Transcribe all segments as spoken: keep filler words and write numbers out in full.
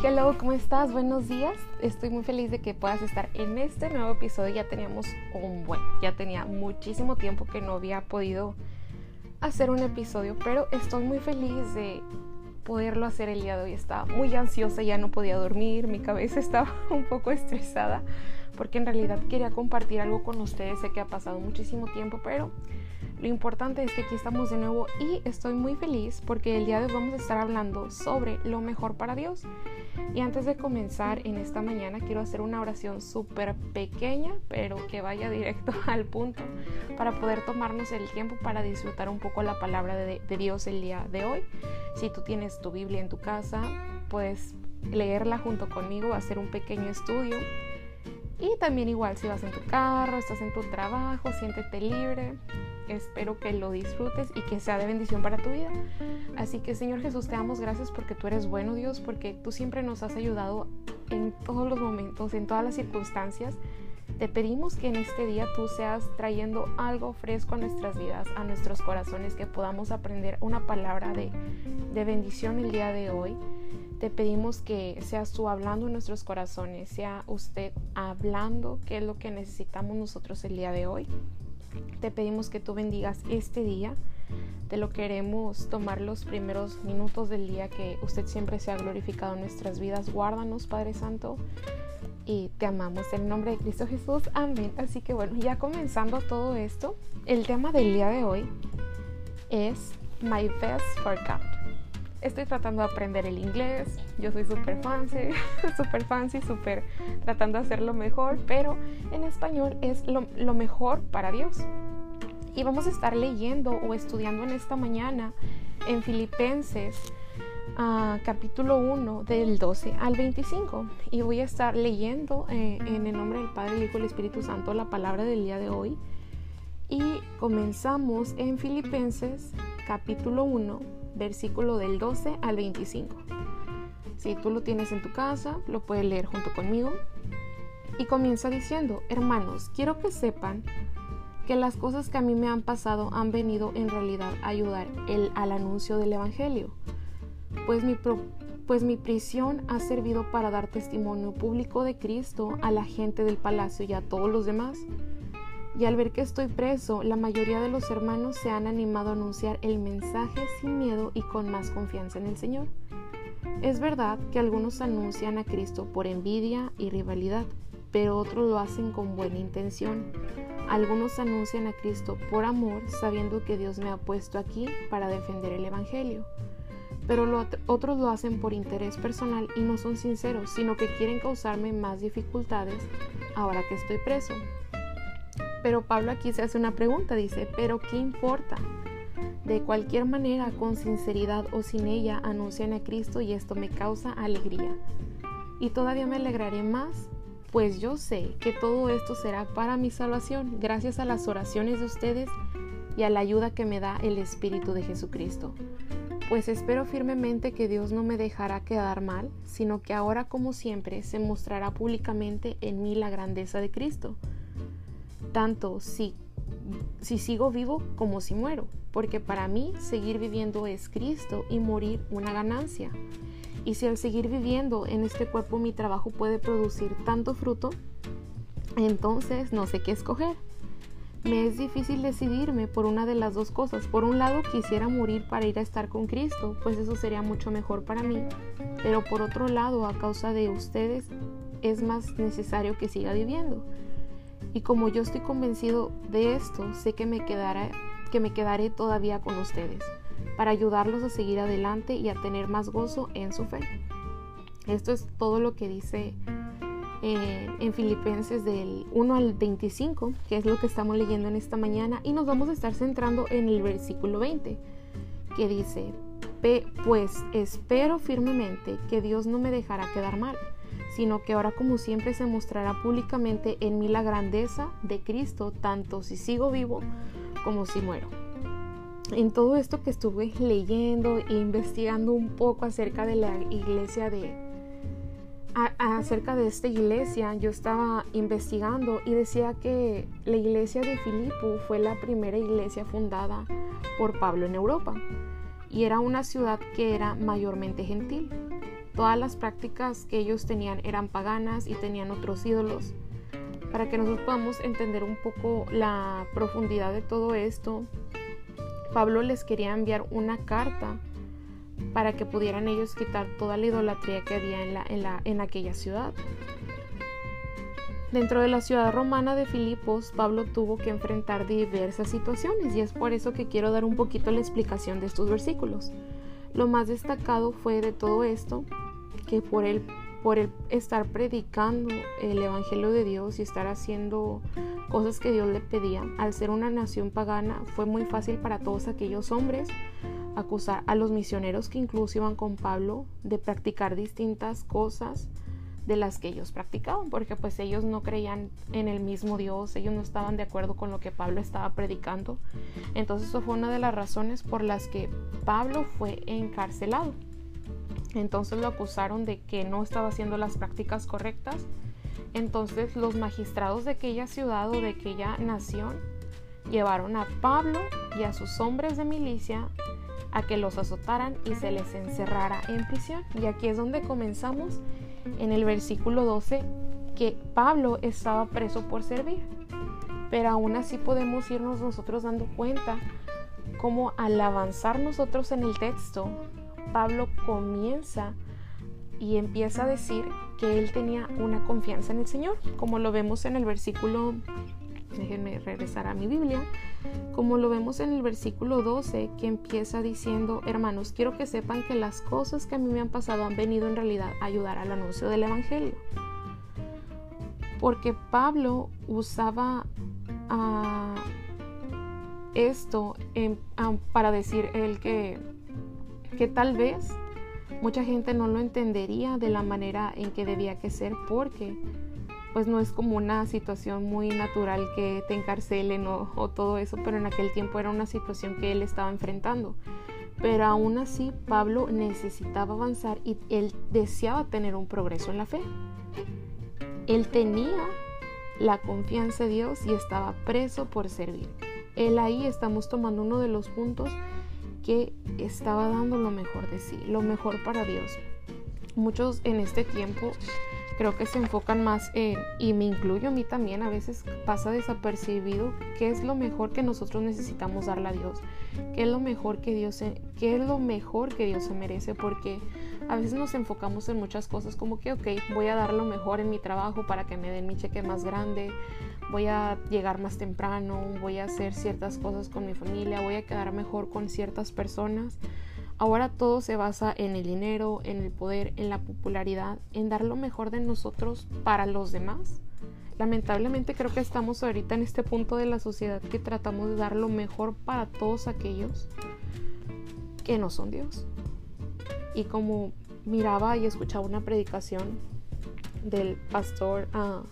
Hello, ¿cómo estás? Buenos días. Estoy muy feliz de que puedas estar en este nuevo episodio. Ya teníamos un buen, ya tenía muchísimo tiempo que no había podido hacer un episodio, pero estoy muy feliz de poderlo hacer el día de hoy. Estaba muy ansiosa, ya no podía dormir, mi cabeza estaba un poco estresada porque en realidad quería compartir algo con ustedes. Sé que ha pasado muchísimo tiempo, pero lo importante es que aquí estamos de nuevo y estoy muy feliz porque el día de hoy vamos a estar hablando sobre lo mejor para Dios. Y antes de comenzar en esta mañana quiero hacer una oración súper pequeña, pero que vaya directo al punto para poder tomarnos el tiempo para disfrutar un poco la palabra de, de Dios el día de hoy. Si tú tienes tu Biblia en tu casa, puedes leerla junto conmigo, hacer un pequeño estudio. Y también igual si vas en tu carro, estás en tu trabajo, siéntete libre. Espero que lo disfrutes y que sea de bendición para tu vida. Así que Señor Jesús, te damos gracias porque tú eres bueno, Dios, porque tú siempre nos has ayudado en todos los momentos, en todas las circunstancias. Te pedimos que en este día tú seas trayendo algo fresco a nuestras vidas, a nuestros corazones, que podamos aprender una palabra de, de bendición el día de hoy. Te pedimos que seas tú hablando en nuestros corazones, sea usted hablando qué es lo que necesitamos nosotros el día de hoy. Te pedimos que tú bendigas este día. Te lo queremos tomar los primeros minutos del día, que usted siempre sea glorificado en nuestras vidas. Guárdanos, Padre Santo, y te amamos en el nombre de Cristo Jesús. Amén. Así que bueno, ya comenzando todo esto, el tema del día de hoy es My Best for God. Estoy tratando de aprender el inglés, yo soy súper fancy, súper fancy, súper tratando de hacerlo mejor, pero en español es lo, lo mejor para Dios. Y vamos a estar leyendo o estudiando en esta mañana en Filipenses uh, capítulo uno del doce al veinticinco. Y voy a estar leyendo eh, en el nombre del Padre, el Hijo y el Espíritu Santo la palabra del día de hoy. Y comenzamos en Filipenses capítulo uno, versículo del doce al veinticinco. Si tú lo tienes en tu casa, lo puedes leer junto conmigo. Y comienza diciendo: hermanos, quiero que sepan que las cosas que a mí me han pasado han venido en realidad a ayudar el, al anuncio del Evangelio. Pues mi, pro, pues mi prisión ha servido para dar testimonio público de Cristo a la gente del palacio y a todos los demás. Y al ver que estoy preso, la mayoría de los hermanos se han animado a anunciar el mensaje sin miedo y con más confianza en el Señor. Es verdad que algunos anuncian a Cristo por envidia y rivalidad, pero otros lo hacen con buena intención. Algunos anuncian a Cristo por amor, sabiendo que Dios me ha puesto aquí para defender el Evangelio. Pero lo, otros lo hacen por interés personal y no son sinceros, sino que quieren causarme más dificultades ahora que estoy preso. Pero Pablo aquí se hace una pregunta, dice: ¿pero qué importa? De cualquier manera, con sinceridad o sin ella, anuncian a Cristo y esto me causa alegría. Y todavía me alegraré más, pues yo sé que todo esto será para mi salvación, gracias a las oraciones de ustedes y a la ayuda que me da el Espíritu de Jesucristo. Pues espero firmemente que Dios no me dejará quedar mal, sino que ahora, como siempre, se mostrará públicamente en mí la grandeza de Cristo, tanto si, si sigo vivo como si muero, porque para mí seguir viviendo es Cristo y morir una ganancia. Y si al seguir viviendo en este cuerpo mi trabajo puede producir tanto fruto, entonces no sé qué escoger. Me es difícil decidirme por una de las dos cosas. Por un lado, quisiera morir para ir a estar con Cristo, pues eso sería mucho mejor para mí. Pero por otro lado, a causa de ustedes, es más necesario que siga viviendo. Y como yo estoy convencido de esto, sé que me quedaré, que me quedaré todavía con ustedes, para ayudarlos a seguir adelante y a tener más gozo en su fe. Esto es todo lo que dice eh, en Filipenses del uno al veinticinco, que es lo que estamos leyendo en esta mañana, y nos vamos a estar centrando en el versículo veinte, que dice: pues espero firmemente que Dios no me dejará quedar mal, sino que ahora como siempre se mostrará públicamente en mí la grandeza de Cristo, tanto si sigo vivo como si muero. En todo esto que estuve leyendo e investigando un poco acerca de la iglesia de a, acerca de esta iglesia, yo estaba investigando y decía que la iglesia de Filipo fue la primera iglesia fundada por Pablo en Europa y era una ciudad que era mayormente gentil. todas las prácticas que ellos tenían eran paganas y tenían otros ídolos. Para que nosotros podamos entender un poco la profundidad de todo esto, Pablo les quería enviar una carta para que pudieran ellos quitar toda la idolatría que había en, la, en, la, en aquella ciudad. Dentro de la ciudad romana de Filipos, Pablo tuvo que enfrentar diversas situaciones y es por eso que quiero dar un poquito la explicación de estos versículos. Lo más destacado fue de todo esto que por el, por el estar predicando el evangelio de Dios y estar haciendo cosas que Dios le pedía, al ser una nación pagana, fue muy fácil para todos aquellos hombres acusar a los misioneros que incluso iban con Pablo de practicar distintas cosas de las que ellos practicaban, porque pues ellos no creían en el mismo Dios, ellos no estaban de acuerdo con lo que Pablo estaba predicando. Entonces eso fue una de las razones por las que Pablo fue encarcelado. Entonces lo acusaron de que no estaba haciendo las prácticas correctas. Entonces los magistrados de aquella ciudad o de aquella nación llevaron a Pablo y a sus hombres de milicia a que los azotaran y se les encerrara en prisión. Y aquí es donde comenzamos en el versículo doce, que Pablo estaba preso por servir. Pero aún así podemos irnos nosotros dando cuenta cómo al avanzar nosotros en el texto, Pablo comienza y empieza a decir que él tenía una confianza en el Señor, como lo vemos en el versículo, déjenme regresar a mi Biblia, como lo vemos en el versículo doce, que empieza diciendo: hermanos, quiero que sepan que las cosas que a mí me han pasado han venido en realidad a ayudar al anuncio del evangelio. Porque Pablo usaba uh, esto en, uh, para decir él que, que tal vez mucha gente no lo entendería de la manera en que debía que ser, porque pues no es como una situación muy natural que te encarcelen o, o todo eso, pero en aquel tiempo era una situación que él estaba enfrentando. Pero aún así Pablo necesitaba avanzar y él deseaba tener un progreso en la fe. Él tenía la confianza en Dios y estaba preso por servir. Él ahí estamos tomando uno de los puntos que estaba dando lo mejor de sí, lo mejor para Dios. Muchos en este tiempo creo que se enfocan más en, y me incluyo a mí también, a veces pasa desapercibido qué es lo mejor que nosotros necesitamos darle a Dios, qué es lo mejor que Dios se, qué es lo mejor que Dios se merece, porque a veces nos enfocamos en muchas cosas como que ok, voy a dar lo mejor en mi trabajo para que me den mi cheque más grande, voy a llegar más temprano, voy a hacer ciertas cosas con mi familia, voy a quedar mejor con ciertas personas. Ahora todo se basa en el dinero, en el poder, en la popularidad, en dar lo mejor de nosotros para los demás. Lamentablemente creo que estamos ahorita en este punto de la sociedad que tratamos de dar lo mejor para todos aquellos que no son Dios. Y como miraba y escuchaba una predicación del pastor uh,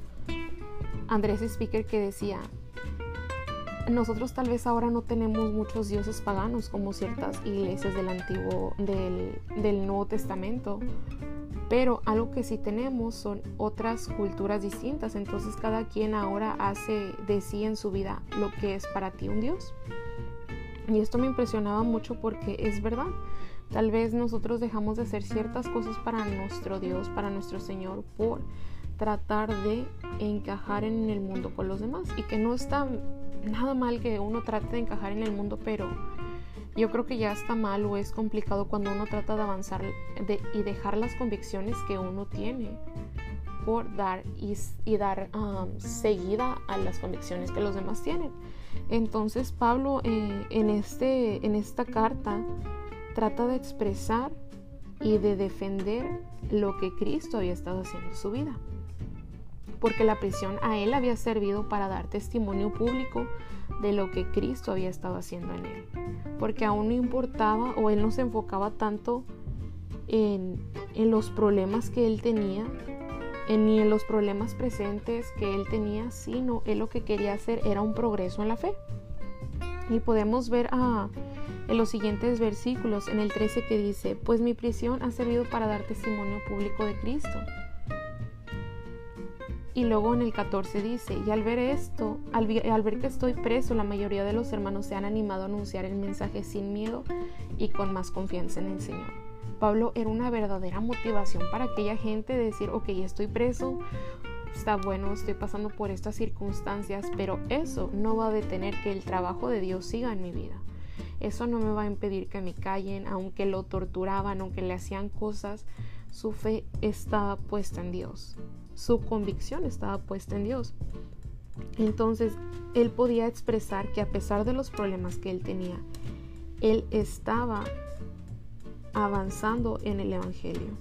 Andrés Speaker que decía: nosotros tal vez ahora no tenemos muchos dioses paganos como ciertas iglesias del antiguo, del, del Nuevo Testamento, pero algo que sí tenemos son otras culturas distintas. Entonces cada quien ahora hace de sí en su vida lo que es para ti un Dios. Y esto me impresionaba mucho porque es verdad. Tal vez nosotros dejamos de hacer ciertas cosas para nuestro Dios, para nuestro Señor, por tratar de encajar en el mundo con los demás, y que no está nada mal que uno trate de encajar en el mundo, pero yo creo que ya está mal o es complicado cuando uno trata de avanzar de, y dejar las convicciones que uno tiene por dar y, y dar um, seguida a las convicciones que los demás tienen. Entonces Pablo eh, en, este, en esta carta trata de expresar y de defender lo que Cristo había estado haciendo en su vida, porque la prisión a él había servido para dar testimonio público de lo que Cristo había estado haciendo en él, porque aún no importaba o él no se enfocaba tanto en, en los problemas que él tenía, en, ni en los problemas presentes que él tenía, sino él lo que quería hacer era un progreso en la fe. Y podemos ver a, en los siguientes versículos, en el trece, que dice: pues mi prisión ha servido para dar testimonio público de Cristo. Y luego en el catorce dice: y al ver esto, al, al ver que estoy preso, la mayoría de los hermanos se han animado a anunciar el mensaje sin miedo y con más confianza en el Señor. Pablo era una verdadera motivación para aquella gente de decir, ok, estoy preso, está bueno, estoy pasando por estas circunstancias, pero eso no va a detener que el trabajo de Dios siga en mi vida. Eso no me va a impedir que me callen, aunque lo torturaban, aunque le hacían cosas. Su fe estaba puesta en Dios. Su convicción estaba puesta en Dios. Entonces, él podía expresar que a pesar de los problemas que él tenía, él estaba avanzando en el evangelio.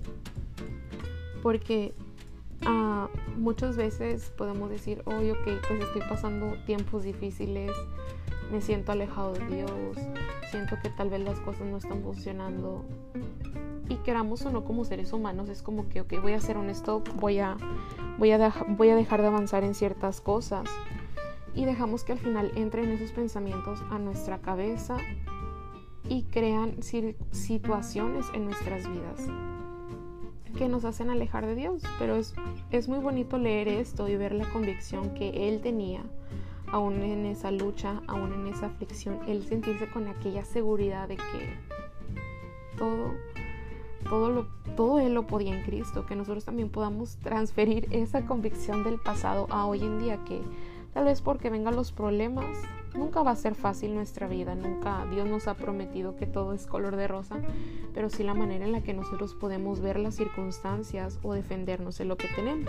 Porque uh, muchas veces podemos decir, oye, ok, pues estoy pasando tiempos difíciles, me siento alejado de Dios, siento que tal vez las cosas no están funcionando. Y queramos o no, como seres humanos, es como que, ok, voy a hacer un stop, voy a, voy a, deja, voy a dejar de avanzar en ciertas cosas. Y dejamos que al final entren esos pensamientos a nuestra cabeza y crean situaciones en nuestras vidas que nos hacen alejar de Dios. Pero es, es muy bonito leer esto y ver la convicción que él tenía, aún en esa lucha, aún en esa aflicción, él sentirse con aquella seguridad de que todo, todo, lo, todo él lo podía en Cristo, que nosotros también podamos transferir esa convicción del pasado a hoy en día, que tal vez porque vengan los problemas, nunca va a ser fácil nuestra vida, nunca Dios nos ha prometido que todo es color de rosa, pero sí la manera en la que nosotros podemos ver las circunstancias o defendernos en lo que tenemos.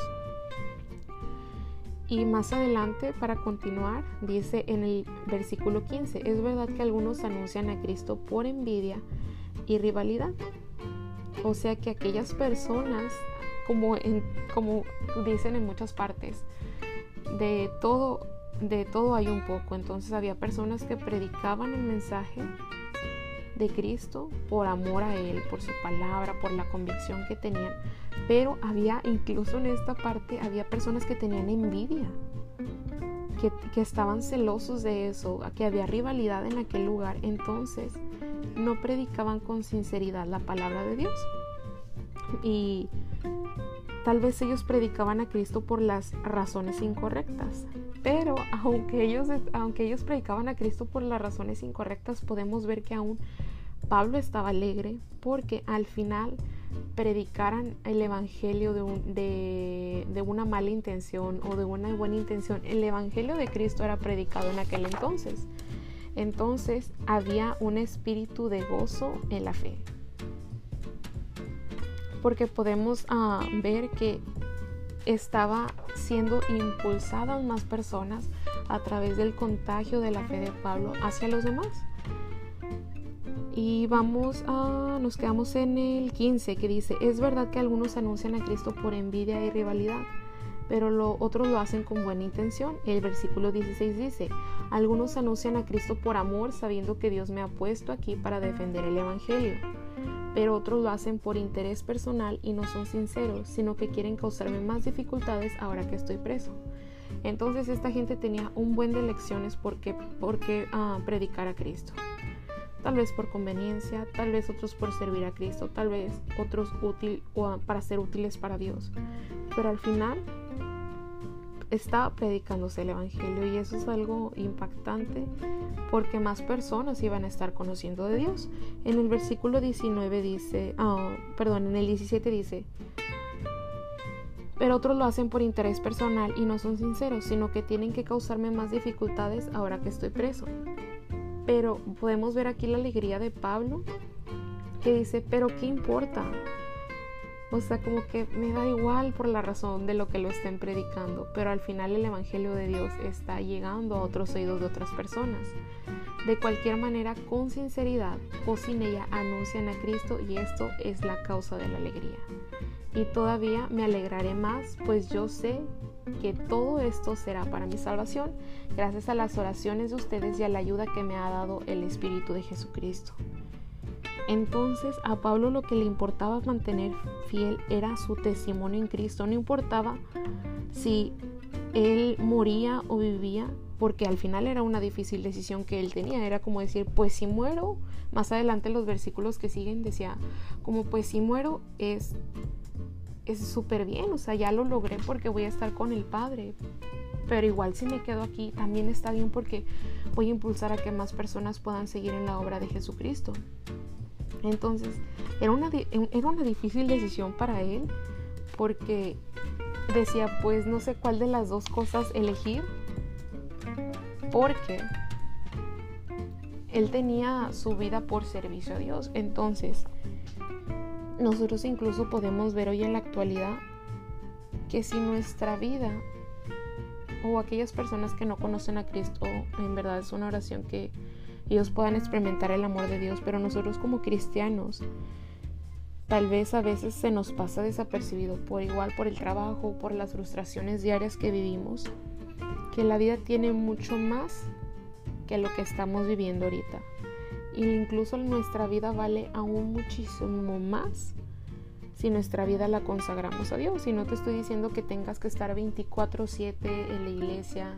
Y más adelante, para continuar, dice en el versículo quince, es verdad que algunos anuncian a Cristo por envidia y rivalidad. O sea que aquellas personas, como, en, como dicen en muchas partes, de todo, de todo hay un poco. Entonces había personas que predicaban el mensaje de Cristo por amor a Él, por su palabra, por la convicción que tenían. Pero había, incluso en esta parte, había personas que tenían envidia, que, que estaban celosos de eso, que había rivalidad en aquel lugar. Entonces no predicaban con sinceridad la palabra de Dios. Y tal vez ellos predicaban a Cristo por las razones incorrectas. Pero aunque ellos, aunque ellos predicaban a Cristo por las razones incorrectas, podemos ver que aún Pablo estaba alegre porque al final predicaran el evangelio de, un, de, de una mala intención o de una buena intención. El evangelio de Cristo era predicado en aquel entonces. Entonces había un espíritu de gozo en la fe. Porque podemos uh, ver que estaba siendo impulsadas más personas a través del contagio de la fe de Pablo hacia los demás. Y vamos a, nos quedamos en el quince, que dice, es verdad que algunos anuncian a Cristo por envidia y rivalidad, pero lo, otros lo hacen con buena intención. El versículo dieciséis dice, algunos anuncian a Cristo por amor, sabiendo que Dios me ha puesto aquí para defender el evangelio, pero otros lo hacen por interés personal y no son sinceros, sino que quieren causarme más dificultades ahora que estoy preso. Entonces esta gente tenía un buen de lecciones porque, porque uh, predicar a Cristo. Tal vez por conveniencia, tal vez otros por servir a Cristo, tal vez otros útil, o para ser útiles para Dios. Pero al final estaba predicándose el evangelio, y eso es algo impactante porque más personas iban a estar conociendo de Dios. En el versículo diecinueve dice, oh, perdón, en el diecisiete dice, pero otros lo hacen por interés personal y no son sinceros, sino que tienen que causarme más dificultades ahora que estoy preso. Pero podemos ver aquí la alegría de Pablo, que dice, pero ¿qué importa? O sea, como que me da igual por la razón de lo que lo estén predicando, pero al final el evangelio de Dios está llegando a otros oídos de otras personas. De cualquier manera, con sinceridad o sin ella, anuncian a Cristo, y esto es la causa de la alegría. Y todavía me alegraré más, pues yo sé que todo esto será para mi salvación, gracias a las oraciones de ustedes y a la ayuda que me ha dado el Espíritu de Jesucristo. Entonces a Pablo lo que le importaba mantener fiel era su testimonio en Cristo. No importaba si él moría o vivía, porque al final era una difícil decisión que él tenía. Era como decir, pues si muero, más adelante los versículos que siguen decía, como pues si muero es es súper bien, o sea, ya lo logré porque voy a estar con el Padre. Pero igual si me quedo aquí también está bien, porque voy a impulsar a que más personas puedan seguir en la obra de Jesucristo. Entonces era una, era una difícil decisión para él, porque decía, pues no sé cuál de las dos cosas elegir, porque él tenía su vida por servicio a Dios. Entonces nosotros incluso podemos ver hoy en la actualidad que si nuestra vida, o aquellas personas que no conocen a Cristo, en verdad es una oración que ellos puedan experimentar el amor de Dios, pero nosotros como cristianos tal vez a veces se nos pasa desapercibido, por igual por el trabajo, por las frustraciones diarias que vivimos, que la vida tiene mucho más que lo que estamos viviendo ahorita, y incluso nuestra vida vale aún muchísimo más si nuestra vida la consagramos a Dios. Y no te estoy diciendo que tengas que estar veinticuatro siete en la iglesia,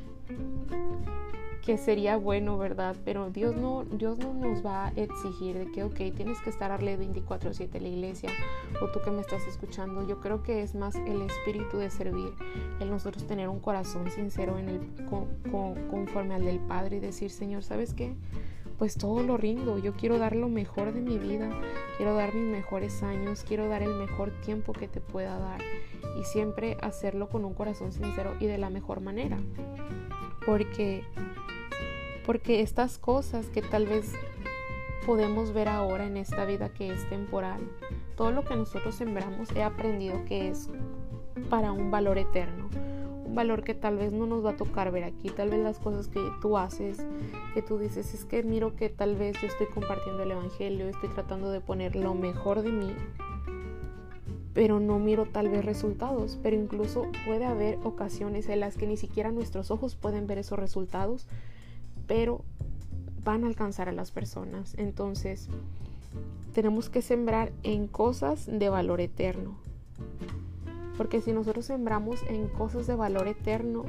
que sería bueno, ¿verdad? Pero Dios no, Dios no nos va a exigir de que, ok, tienes que estarle veinticuatro siete en la iglesia, o tú que me estás escuchando. Yo creo que es más el espíritu de servir, el nosotros tener un corazón sincero en el, con, con, conforme al del Padre, y decir, Señor, ¿sabes qué? Pues todo lo rindo, yo quiero dar lo mejor de mi vida, quiero dar mis mejores años, quiero dar el mejor tiempo que te pueda dar, y siempre hacerlo con un corazón sincero y de la mejor manera, porque porque estas cosas que tal vez podemos ver ahora en esta vida que es temporal, todo lo que nosotros sembramos, he aprendido que es para un valor eterno, un valor que tal vez no nos va a tocar ver aquí. Tal vez las cosas que tú haces, que tú dices, es que miro que tal vez yo estoy compartiendo el evangelio, estoy tratando de poner lo mejor de mí, pero no miro tal vez resultados. Pero incluso puede haber ocasiones en las que ni siquiera nuestros ojos pueden ver esos resultados, pero van a alcanzar a las personas. Entonces tenemos que sembrar en cosas de valor eterno, porque si nosotros sembramos en cosas de valor eterno,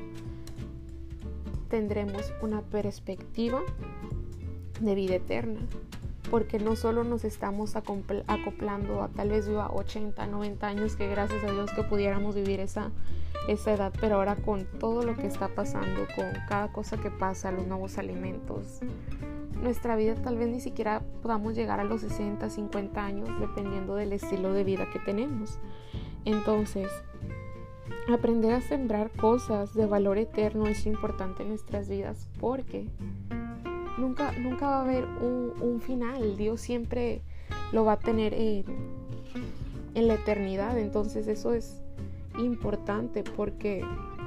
tendremos una perspectiva de vida eterna, porque no solo nos estamos acoplando a tal vez a ochenta, noventa años, que gracias a Dios que pudiéramos vivir esa, esa edad, pero ahora con todo lo que está pasando, con cada cosa que pasa, los nuevos alimentos, nuestra vida tal vez ni siquiera podamos llegar a los sesenta, cincuenta años, dependiendo del estilo de vida que tenemos. Entonces, aprender a sembrar cosas de valor eterno es importante en nuestras vidas, porque Nunca, nunca va a haber un, un final. Dios siempre lo va a tener en, en la eternidad. Entonces eso es importante, porque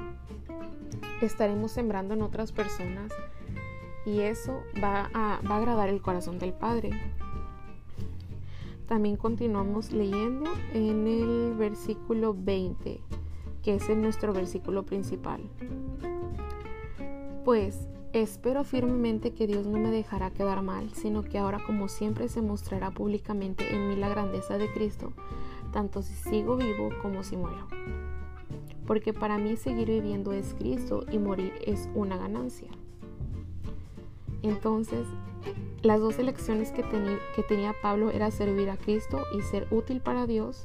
estaremos sembrando en otras personas, y eso va a, va a agradar el corazón del Padre. También continuamos leyendo en el versículo veinte, que es en nuestro versículo principal. Pues espero firmemente que Dios no me dejará quedar mal, sino que ahora, como siempre, se mostrará públicamente en mí la grandeza de Cristo, tanto si sigo vivo como si muero. Porque para mí seguir viviendo es Cristo, y morir es una ganancia. Entonces, las dos elecciones que, teni- que tenía Pablo era servir a Cristo y ser útil para Dios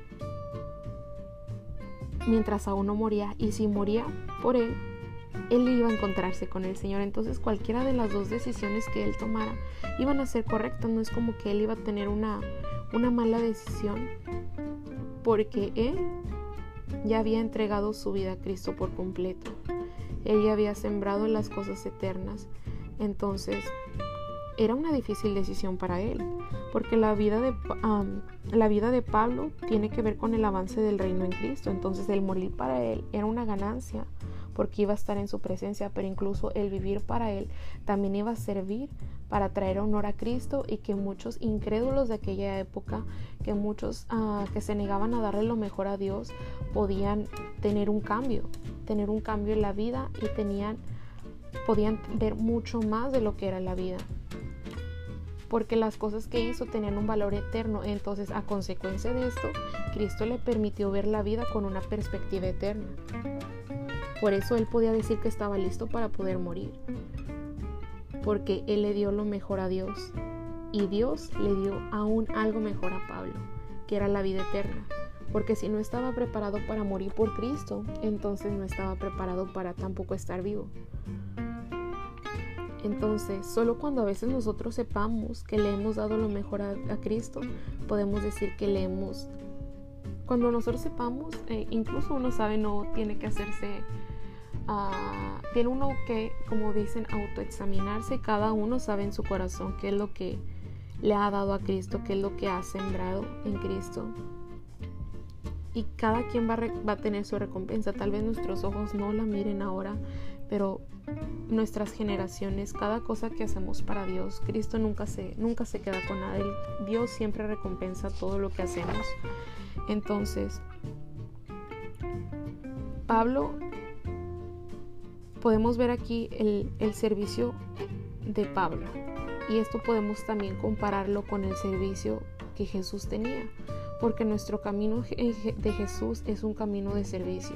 mientras aún no moría, y si moría por él, él iba a encontrarse con el Señor. Entonces cualquiera de las dos decisiones que él tomara iban a ser correctas. No es como que él iba a tener una, una mala decisión, porque él ya había entregado su vida a Cristo por completo. Él ya había sembrado en las cosas eternas. Entonces era una difícil decisión para él, porque la vida de, um, la vida de Pablo tiene que ver con el avance del reino en Cristo. Entonces el morir para él era una ganancia, porque iba a estar en su presencia, pero incluso el vivir para él también iba a servir para traer honor a Cristo, y que muchos incrédulos de aquella época, que muchos uh, que se negaban a darle lo mejor a Dios, podían tener un cambio, tener un cambio en la vida, y tenían, podían ver mucho más de lo que era la vida, porque las cosas que hizo tenían un valor eterno. Entonces, a consecuencia de esto, Cristo le permitió ver la vida con una perspectiva eterna. Por eso él podía decir que estaba listo para poder morir, porque él le dio lo mejor a Dios, y Dios le dio aún algo mejor a Pablo, que era la vida eterna. Porque si no estaba preparado para morir por Cristo, entonces no estaba preparado para tampoco estar vivo. Entonces, solo cuando a veces nosotros sepamos que le hemos dado lo mejor a, a Cristo, podemos decir que le hemos... Cuando nosotros sepamos, eh, incluso uno sabe, no tiene que hacerse... Uh, tiene uno que, como dicen, autoexaminarse. Cada uno sabe en su corazón qué es lo que le ha dado a Cristo, qué es lo que ha sembrado en Cristo. Y cada quien va a, re- va a tener su recompensa. Tal vez nuestros ojos no la miren ahora, pero nuestras generaciones, cada cosa que hacemos para Dios, Cristo nunca se, nunca se queda con nada. Él, Dios siempre recompensa todo lo que hacemos. Entonces, Pablo, podemos ver aquí el, el servicio de Pablo. Y esto podemos también compararlo con el servicio que Jesús tenía. Porque nuestro camino de Jesús es un camino de servicio.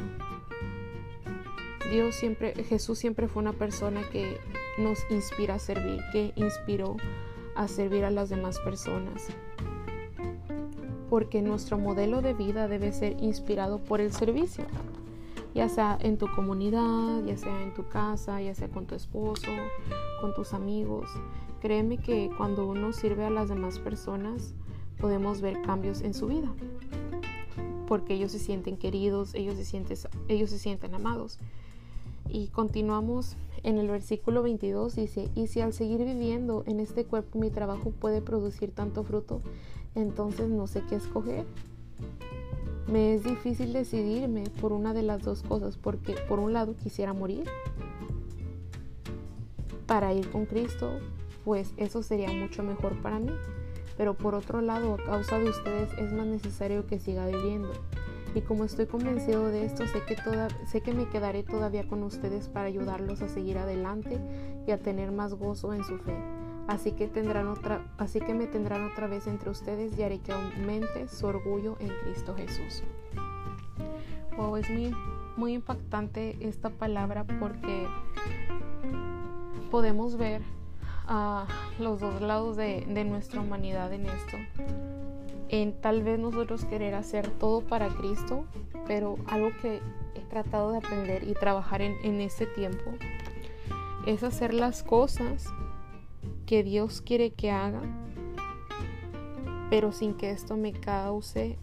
Dios siempre, Jesús siempre fue una persona que nos inspira a servir, que inspiró a servir a las demás personas. Porque nuestro modelo de vida debe ser inspirado por el servicio. Ya sea en tu comunidad, ya sea en tu casa, ya sea con tu esposo, con tus amigos. Créeme que cuando uno sirve a las demás personas, podemos ver cambios en su vida, porque ellos se sienten queridos, ellos se sienten, ellos se sienten amados. Y continuamos en el versículo veintidós, dice: y si al seguir viviendo en este cuerpo mi trabajo puede producir tanto fruto, entonces no sé qué escoger. Me es difícil decidirme por una de las dos cosas, porque por un lado quisiera morir para ir con Cristo, pues eso sería mucho mejor para mí. Pero por otro lado, a causa de ustedes es más necesario que siga viviendo. Y como estoy convencido de esto, sé que, toda, sé que me quedaré todavía con ustedes para ayudarlos a seguir adelante y a tener más gozo en su fe. Así que, tendrán otra, así que me tendrán otra vez entre ustedes y haré que aumente su orgullo en Cristo Jesús. Wow, es muy, muy impactante esta palabra, porque podemos ver a uh, los dos lados de, de nuestra humanidad en esto. En tal vez nosotros querer hacer todo para Cristo, pero algo que he tratado de aprender y trabajar en, en este tiempo es hacer las cosas que Dios quiere que haga, pero sin que esto me cause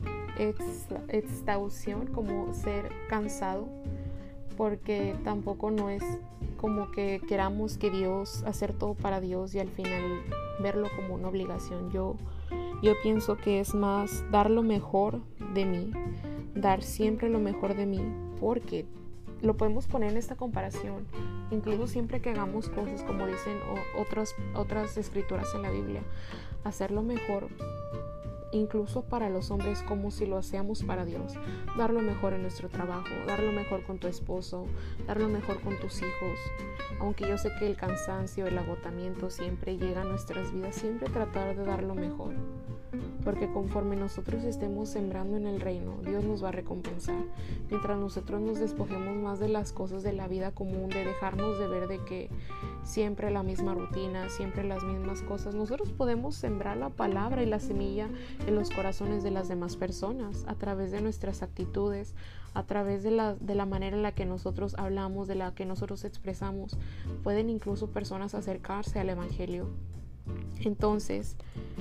exhaustión, como ser cansado, porque tampoco no es como que queramos que Dios, hacer todo para Dios y al final verlo como una obligación. Yo, yo pienso que es más dar lo mejor de mí, dar siempre lo mejor de mí, porque lo podemos poner en esta comparación. Incluso siempre que hagamos cosas, como dicen otras, otras escrituras en la Biblia, hacer lo mejor, incluso para los hombres, como si lo hacíamos para Dios. Dar lo mejor en nuestro trabajo, dar lo mejor con tu esposo, dar lo mejor con tus hijos. Aunque yo sé que el cansancio, el agotamiento siempre llega a nuestras vidas, siempre tratar de dar lo mejor. Porque conforme nosotros estemos sembrando en el reino, Dios nos va a recompensar. Mientras nosotros nos despojemos más de las cosas de la vida común, de dejarnos de ver de que siempre la misma rutina, siempre las mismas cosas, nosotros podemos sembrar la palabra y la semilla en los corazones de las demás personas a través de nuestras actitudes, a través de la, de la manera en la que nosotros hablamos, de la que nosotros expresamos. Pueden incluso personas acercarse al evangelio. Entonces,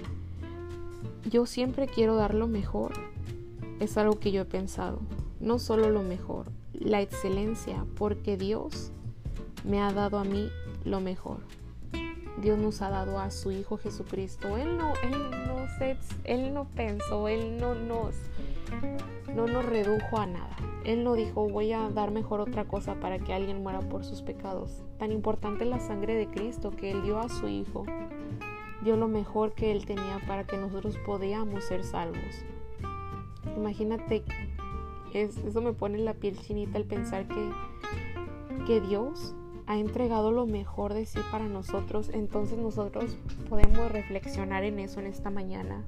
yo siempre quiero dar lo mejor. Es algo que yo he pensado. No solo lo mejor, la excelencia, porque Dios me ha dado a mí lo mejor. Dios nos ha dado a su Hijo Jesucristo. Él no, él no, se, él no pensó, Él no nos, no nos redujo a nada. Él no dijo, voy a dar mejor otra cosa para que alguien muera por sus pecados. Tan importante es la sangre de Cristo, que Él dio a su Hijo. Dio lo mejor que Él tenía para que nosotros podíamos ser salvos. Imagínate, es, eso me pone la piel chinita al pensar que, que Dios ha entregado lo mejor de sí para nosotros. Entonces nosotros podemos reflexionar en eso en esta mañana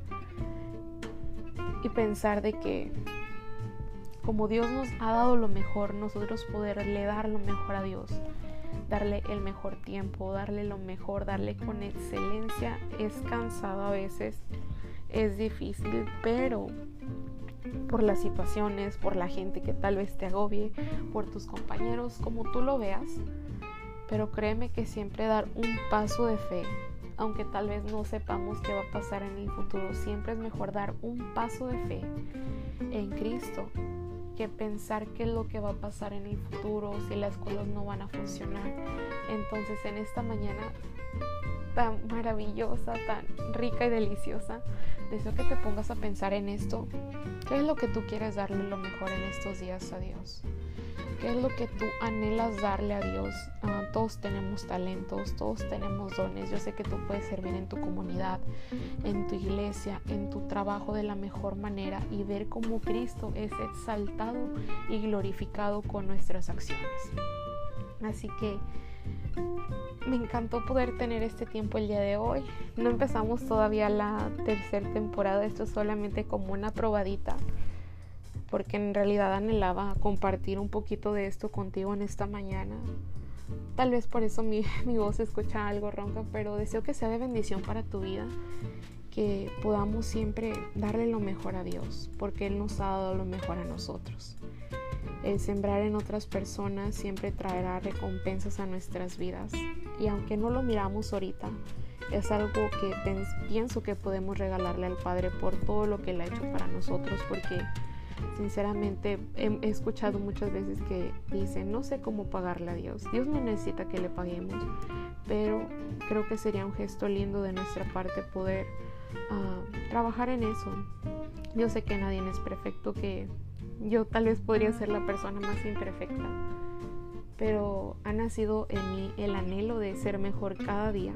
y pensar de que como Dios nos ha dado lo mejor, nosotros poderle dar lo mejor a Dios, darle el mejor tiempo, darle lo mejor, darle con excelencia. Es cansado a veces, es difícil, pero por las situaciones, por la gente que tal vez te agobie, por tus compañeros, como tú lo veas, pero créeme que siempre dar un paso de fe, aunque tal vez no sepamos qué va a pasar en el futuro, siempre es mejor dar un paso de fe en Cristo que pensar qué es lo que va a pasar en el futuro, si las cosas no van a funcionar. Entonces, en esta mañana tan maravillosa, tan rica y deliciosa, deseo que te pongas a pensar en esto. ¿Qué es lo que tú quieres darle lo mejor en estos días a Dios? ¿Qué es lo que tú anhelas darle a Dios? Uh, todos tenemos talentos, todos tenemos dones. Yo sé que tú puedes servir en tu comunidad, en tu iglesia, en tu trabajo de la mejor manera y ver cómo Cristo es exaltado y glorificado con nuestras acciones. Así que me encantó poder tener este tiempo el día de hoy. No empezamos todavía la tercera temporada, esto es solamente como una probadita, porque en realidad anhelaba compartir un poquito de esto contigo en esta mañana. Tal vez por eso mi, mi voz se escucha algo ronca, pero deseo que sea de bendición para tu vida, que podamos siempre darle lo mejor a Dios, porque Él nos ha dado lo mejor a nosotros. El sembrar en otras personas siempre traerá recompensas a nuestras vidas, y aunque no lo miramos ahorita, es algo que pienso que podemos regalarle al Padre por todo lo que Él ha hecho para nosotros, porque sinceramente he, he escuchado muchas veces que dicen, no sé cómo pagarle a Dios. Dios no necesita que le paguemos, pero creo que sería un gesto lindo de nuestra parte poder uh, trabajar en eso. Yo sé que nadie es perfecto, que yo tal vez podría ser la persona más imperfecta, pero ha nacido en mí el anhelo de ser mejor cada día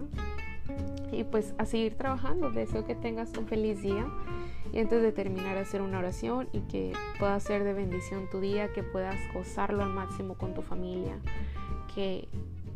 y pues a seguir trabajando. Deseo que tengas un feliz día. Y antes de terminar, hacer una oración y que pueda ser de bendición tu día, que puedas gozarlo al máximo con tu familia, que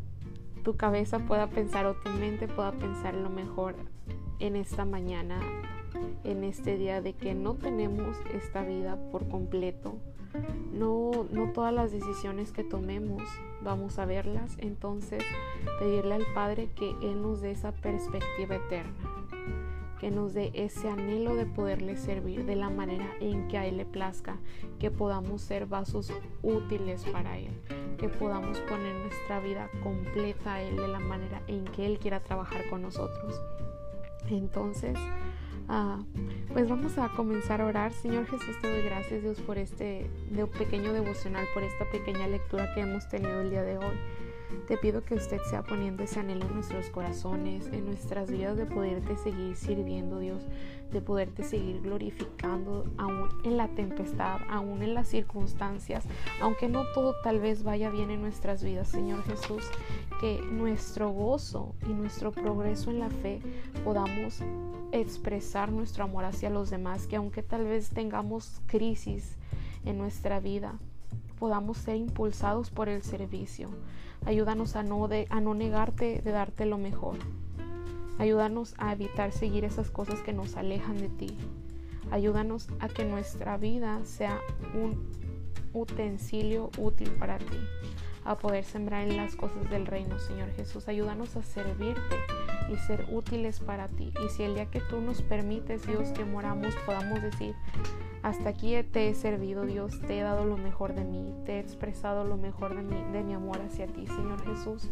tu cabeza pueda pensar o tu mente pueda pensar lo mejor en esta mañana, en este día, de que no tenemos esta vida por completo. No, no todas las decisiones que tomemos vamos a verlas. Entonces, pedirle al Padre que Él nos dé esa perspectiva eterna, que nos dé ese anhelo de poderle servir de la manera en que a Él le plazca, que podamos ser vasos útiles para Él, que podamos poner nuestra vida completa a Él de la manera en que Él quiera trabajar con nosotros. Entonces, uh, pues vamos a comenzar a orar. Señor Jesús, te doy gracias, Dios, por este de pequeño devocional, por esta pequeña lectura que hemos tenido el día de hoy. Te pido que usted sea poniendo ese anhelo en nuestros corazones, en nuestras vidas, de poderte seguir sirviendo, Dios, de poderte seguir glorificando aún en la tempestad, aún en las circunstancias, aunque no todo tal vez vaya bien en nuestras vidas, Señor Jesús, que nuestro gozo y nuestro progreso en la fe podamos expresar nuestro amor hacia los demás, que aunque tal vez tengamos crisis en nuestra vida, podamos ser impulsados por el servicio. Ayúdanos a no, de, a no negarte de darte lo mejor. Ayúdanos a evitar seguir esas cosas que nos alejan de ti. Ayúdanos a que nuestra vida sea un utensilio útil para ti, a poder sembrar en las cosas del reino, Señor Jesús. Ayúdanos a servirte y ser útiles para ti. Y si el día que tú nos permites, Dios, que moramos, podamos decir, hasta aquí te he servido, Dios, te he dado lo mejor de mí, te he expresado lo mejor de mi, de mi amor hacia ti, Señor Jesús.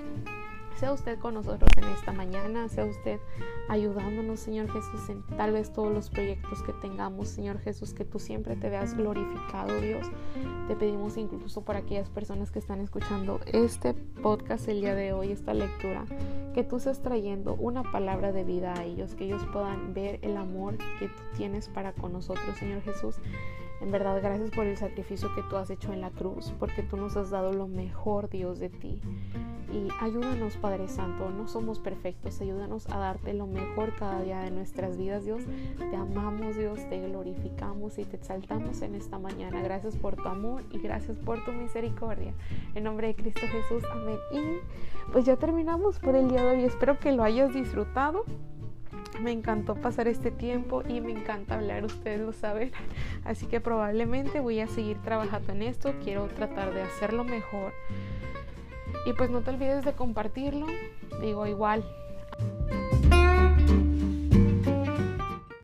Sea usted con nosotros en esta mañana, sea usted ayudándonos, Señor Jesús, en tal vez todos los proyectos que tengamos, Señor Jesús, que tú siempre te veas glorificado, Dios. Te pedimos incluso por aquellas personas que están escuchando este podcast el día de hoy, esta lectura, que tú estés trayendo una palabra de vida a ellos, que ellos puedan ver el amor que tú tienes para con nosotros, Señor Jesús. En verdad, gracias por el sacrificio que tú has hecho en la cruz, porque tú nos has dado lo mejor, Dios, de ti. Y ayúdanos, Padre Santo, no somos perfectos, ayúdanos a darte lo mejor cada día de nuestras vidas, Dios. Te amamos, Dios, te glorificamos y te exaltamos en esta mañana. Gracias por tu amor y gracias por tu misericordia. En nombre de Cristo Jesús, amén. Y pues ya terminamos por el día de hoy. Espero que lo hayas disfrutado. Me encantó pasar este tiempo y me encanta hablar, ustedes lo saben. Así que probablemente voy a seguir trabajando en esto. Quiero tratar de hacerlo mejor. Y pues no te olvides de compartirlo. Digo, igual,